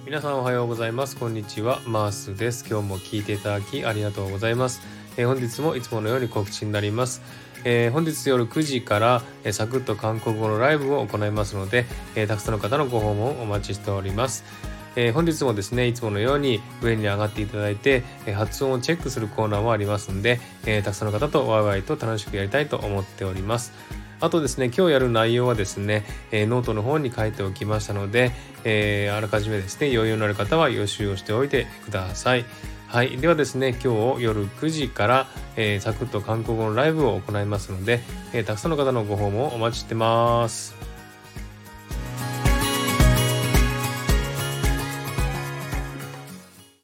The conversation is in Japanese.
皆さんおはようございます。こんにちは、マースです。今日も聞いていただきありがとうございます。本日もいつものように告知になります。本日夜9時から、サクッと韓国語のライブを行いますので、たくさんの方のご訪問をお待ちしております。本日もですね、いつものように上に上がっていただいて、発音をチェックするコーナーもありますので、たくさんの方とワイワイと楽しくやりたいと思っております。あとですね、今日やる内容はですね、ノートの方に書いておきましたので、あらかじめですね、余裕のある方は予習をしておいてください。はい。ではですね、今日夜9時から、サクッと韓国語のライブを行いますので、たくさんの方のご訪問をお待ちしてます。